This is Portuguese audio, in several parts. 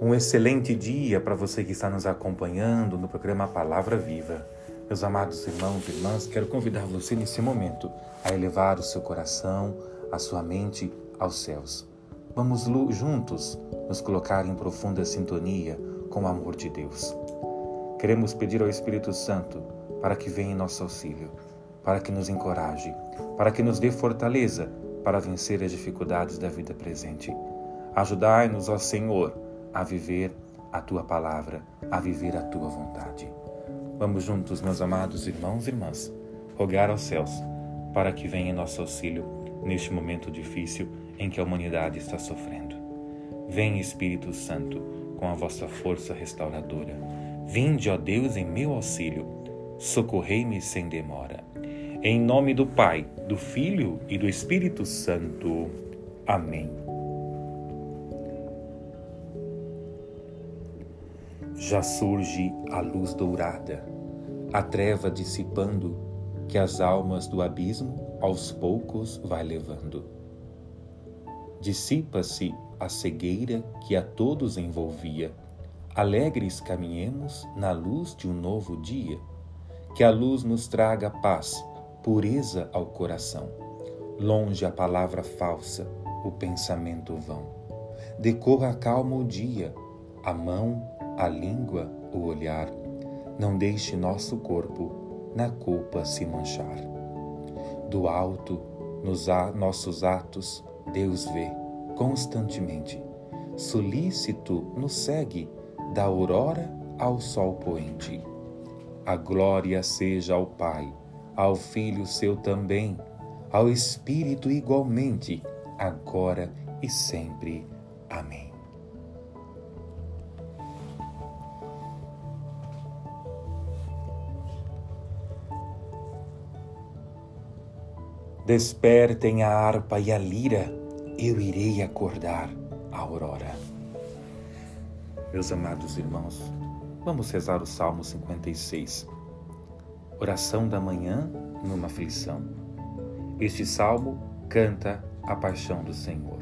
Um excelente dia para você que está nos acompanhando no programa Palavra Viva. Meus amados irmãos e irmãs, quero convidar você nesse momento a elevar o seu coração, a sua mente aos céus. Vamos juntos nos colocar em profunda sintonia com o amor de Deus. Queremos pedir ao Espírito Santo para que venha em nosso auxílio, para que nos encoraje, para que nos dê fortaleza para vencer as dificuldades da vida presente. Ajudai-nos, ó Senhor, a viver a Tua palavra, a viver a Tua vontade. Vamos juntos, meus amados irmãos e irmãs, rogar aos céus para que venha em nosso auxílio neste momento difícil em que a humanidade está sofrendo. Vem, Espírito Santo, com a vossa força restauradora. Vinde, ó Deus, em meu auxílio. Socorrei-me sem demora. Em nome do Pai, do Filho e do Espírito Santo. Amém. Já surge a luz dourada, a treva dissipando, que as almas do abismo aos poucos vai levando. Dissipa-se a cegueira que a todos envolvia. Alegres caminhemos na luz de um novo dia. Que a luz nos traga paz, pureza ao coração. Longe a palavra falsa, o pensamento vão. Decorra calmo o dia, a mão, a língua, o olhar. Não deixe nosso corpo na culpa se manchar. Do alto, nos nossos atos, Deus vê constantemente. Solícito nos segue, da aurora ao sol poente. A glória seja ao Pai, ao Filho seu também, ao Espírito igualmente, agora e sempre. Amém. Despertem a harpa e a lira, eu irei acordar a aurora. Meus amados irmãos, vamos rezar o Salmo 56. Oração da manhã numa aflição. Este salmo canta a paixão do Senhor.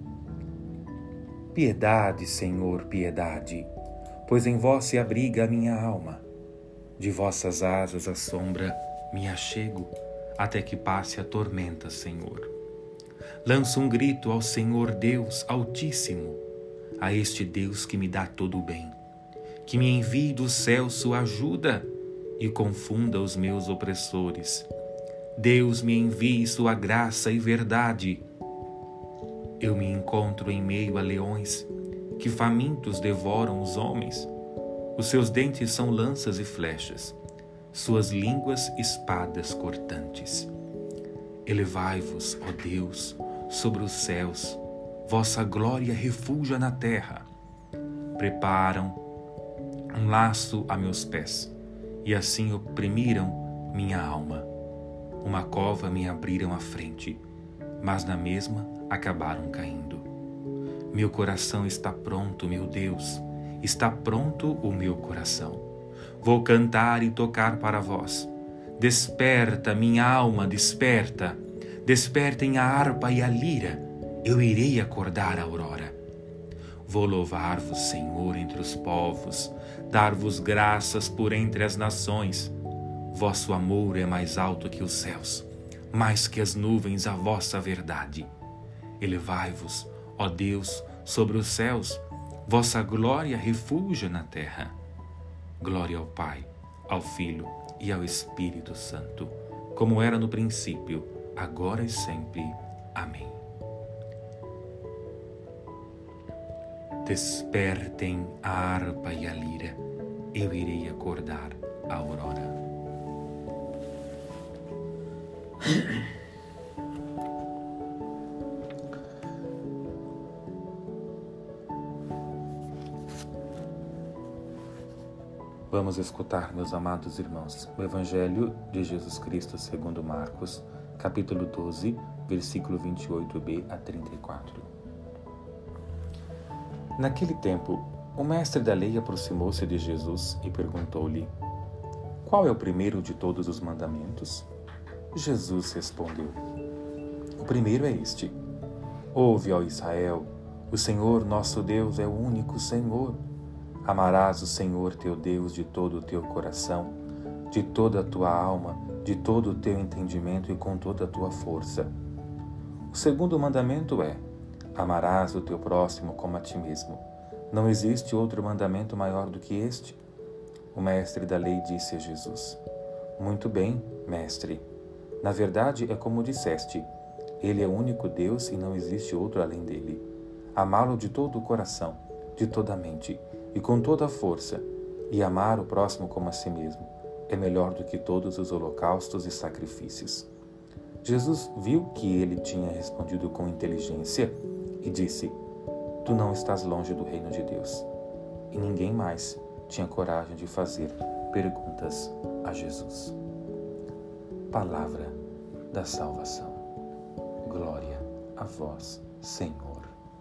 Piedade, Senhor, piedade, pois em vós se abriga a minha alma. De vossas asas à sombra me achego, até que passe a tormenta, Senhor. Lanço um grito ao Senhor Deus Altíssimo, a este Deus que me dá todo o bem, que me envie do céu sua ajuda e confunda os meus opressores. Deus me envie sua graça e verdade. Eu me encontro em meio a leões, que famintos devoram os homens. Os seus dentes são lanças e flechas, suas línguas espadas cortantes. Elevai-vos, ó Deus, sobre os céus, vossa glória refulja na terra. Preparam um laço a meus pés, e assim oprimiram minha alma. Uma cova me abriram à frente, mas na mesma acabaram caindo. Meu coração está pronto, meu Deus, está pronto o meu coração. Vou cantar e tocar para vós. Desperta, minha alma, desperta. Despertem a harpa e a lira, eu irei acordar a aurora. Vou louvar-vos, Senhor, entre os povos, dar-vos graças por entre as nações. Vosso amor é mais alto que os céus, mais que as nuvens a vossa verdade. Elevai-vos, ó Deus, sobre os céus, vossa glória refulja na terra. Glória ao Pai, ao Filho e ao Espírito Santo, como era no princípio, agora e sempre. Amém. Despertem a harpa e a lira, eu irei acordar a aurora. Vamos escutar, meus amados irmãos, o Evangelho de Jesus Cristo segundo Marcos, capítulo 12, versículo 28b a 34. Naquele tempo, o mestre da lei aproximou-se de Jesus e perguntou-lhe: Qual é o primeiro de todos os mandamentos? Jesus respondeu: O primeiro é este: Ouve, ó Israel, O Senhor nosso Deus é o único Senhor. Amarás o Senhor teu Deus de todo o teu coração, de toda a tua alma, de todo o teu entendimento e com toda a tua força. O segundo mandamento é: amarás o teu próximo como a ti mesmo. Não existe outro mandamento maior do que este. O mestre da lei disse a Jesus: muito bem, mestre. Na verdade, é como disseste: Ele é o único Deus e não existe outro além dele. Amá-lo de todo o coração, de toda a mente e com toda a força, e amar o próximo como a si mesmo, é melhor do que todos os holocaustos e sacrifícios. Jesus viu que ele tinha respondido com inteligência e disse: tu não estás longe do reino de Deus. E ninguém mais tinha coragem de fazer perguntas a Jesus. Palavra da salvação. Glória a vós, Senhor.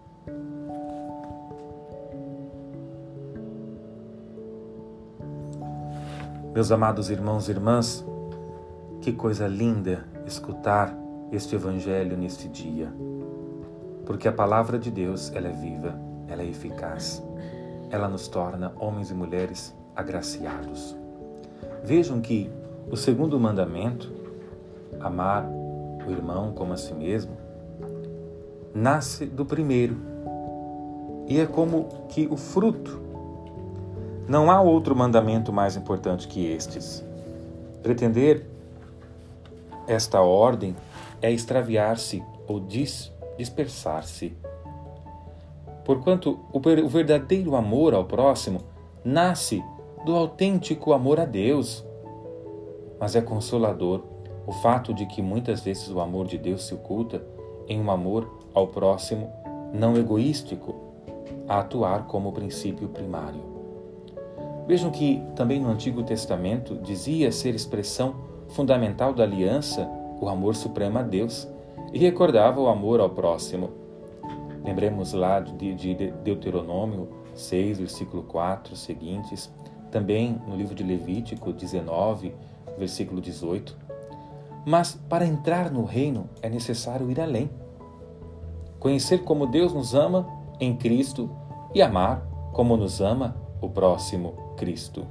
Meus amados irmãos e irmãs, que coisa linda escutar este Evangelho neste dia, porque a palavra de Deus, ela é viva, ela é eficaz, ela nos torna homens e mulheres agraciados. Vejam que o segundo mandamento, amar o irmão como a si mesmo, nasce do primeiro e é como que o fruto. Não há outro mandamento mais importante que estes. Pretender esta ordem é extraviar-se ou dispersar-se. Porquanto o verdadeiro amor ao próximo nasce do autêntico amor a Deus. Mas é consolador o fato de que muitas vezes o amor de Deus se oculta em um amor ao próximo não egoístico, a atuar como princípio primário. Vejam que também no Antigo Testamento dizia ser expressão fundamental da aliança o amor supremo a Deus e recordava o amor ao próximo. Lembremos lá de Deuteronômio 6, versículo 4, seguintes, também no livro de Levítico 19, versículo 18. Mas para entrar no reino é necessário ir além. Conhecer como Deus nos ama em Cristo e amar como nos ama o próximo Cristo.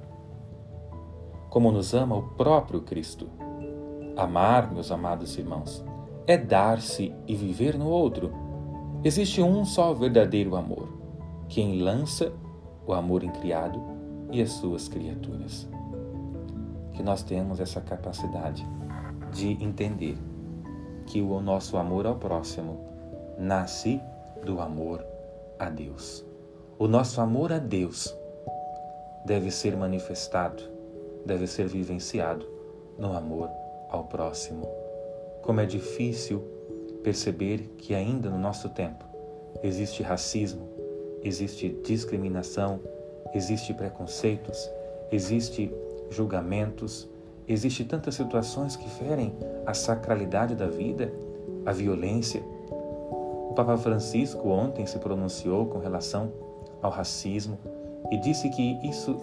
Como nos ama o próprio Cristo. Amar, meus amados irmãos, é dar-se e viver no outro. Existe um só verdadeiro amor, quem lança o amor incriado e as suas criaturas. Que nós temos essa capacidade de entender que o nosso amor ao próximo nasce do amor a Deus. O nosso amor a Deus deve ser manifestado, deve ser vivenciado no amor ao próximo. Como é difícil perceber que ainda no nosso tempo existe racismo, existe discriminação, existe preconceitos, existe julgamentos, existe tantas situações que ferem a sacralidade da vida, a violência. O Papa Francisco ontem se pronunciou com relação ao racismo e disse que isso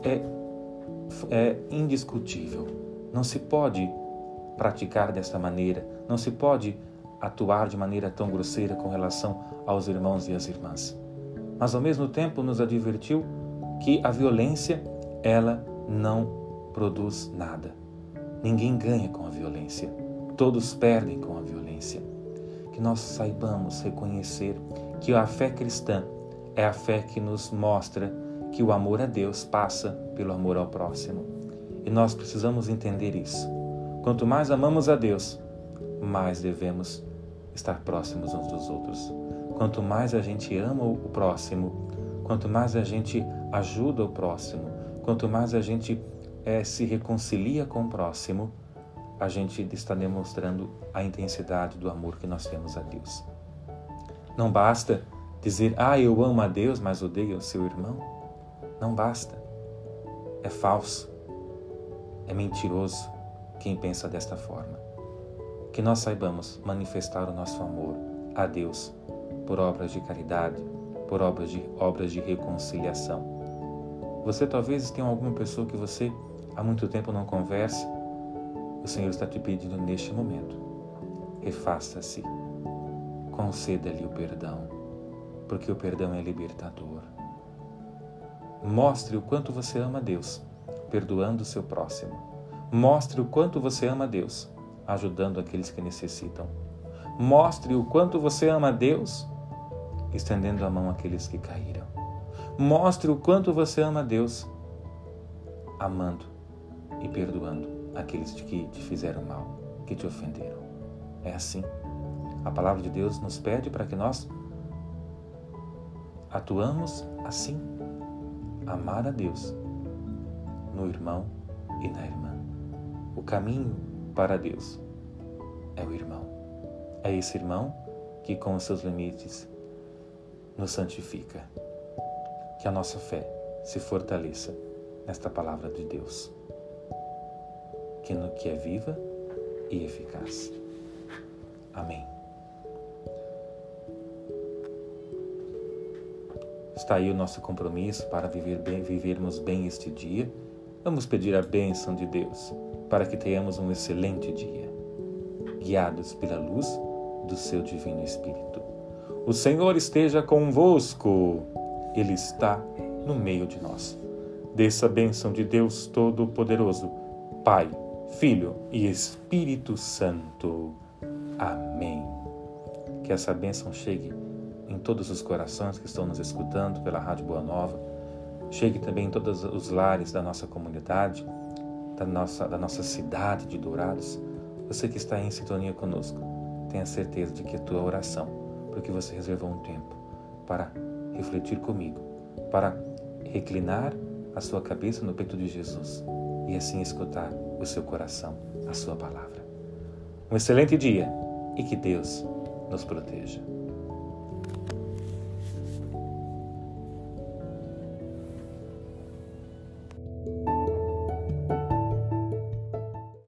é indiscutível. Não se pode praticar desta maneira, não se pode atuar de maneira tão grosseira com relação aos irmãos e às irmãs. Mas ao mesmo tempo nos advertiu que a violência, ela não produz nada. Ninguém ganha com a violência, todos perdem com a violência. Que nós saibamos reconhecer que a fé cristã é a fé que nos mostra que o amor a Deus passa pelo amor ao próximo. E nós precisamos entender isso. Quanto mais amamos a Deus, mais devemos estar próximos uns dos outros. Quanto mais a gente ama o próximo, quanto mais a gente ajuda o próximo, quanto mais a gente se reconcilia com o próximo, a gente está demonstrando a intensidade do amor que nós temos a Deus. Não basta dizer, eu amo a Deus, mas odeio o seu irmão. Não basta. É falso. É mentiroso quem pensa desta forma. Que nós saibamos manifestar o nosso amor a Deus por obras de caridade, por obras de reconciliação. Você talvez tenha alguma pessoa que você há muito tempo não conversa. O Senhor está te pedindo neste momento. Refaça-se. Conceda-lhe o perdão. porque o perdão é libertador. Mostre o quanto você ama Deus, perdoando o seu próximo. Mostre o quanto você ama Deus, ajudando aqueles que necessitam. Mostre o quanto você ama Deus, estendendo a mão àqueles que caíram. Mostre o quanto você ama Deus, amando e perdoando aqueles que te fizeram mal, que te ofenderam. É assim. A palavra de Deus nos pede para que nós atuamos assim. Amar a Deus no irmão e na irmã. O caminho para Deus é o irmão. É esse irmão que, com os seus limites, nos santifica. Que a nossa fé se fortaleça nesta palavra de Deus, que é viva e eficaz. Amém. Está aí o nosso compromisso para vivermos bem este dia. Vamos pedir a bênção de Deus para que tenhamos um excelente dia, guiados pela luz do seu Divino Espírito. O Senhor esteja convosco. Ele está no meio de nós. Desça a bênção de Deus Todo-Poderoso, Pai, Filho e Espírito Santo. Amém. Que essa bênção chegue em todos os corações que estão nos escutando pela Rádio Boa Nova. Chegue também em todos os lares da nossa comunidade, da nossa cidade de Dourados. Você que está em sintonia conosco, tenha certeza de que a tua oração, porque você reservou um tempo para refletir comigo, para reclinar a sua cabeça no peito de Jesus e assim escutar o seu coração, a sua palavra. Um excelente dia e que Deus nos proteja.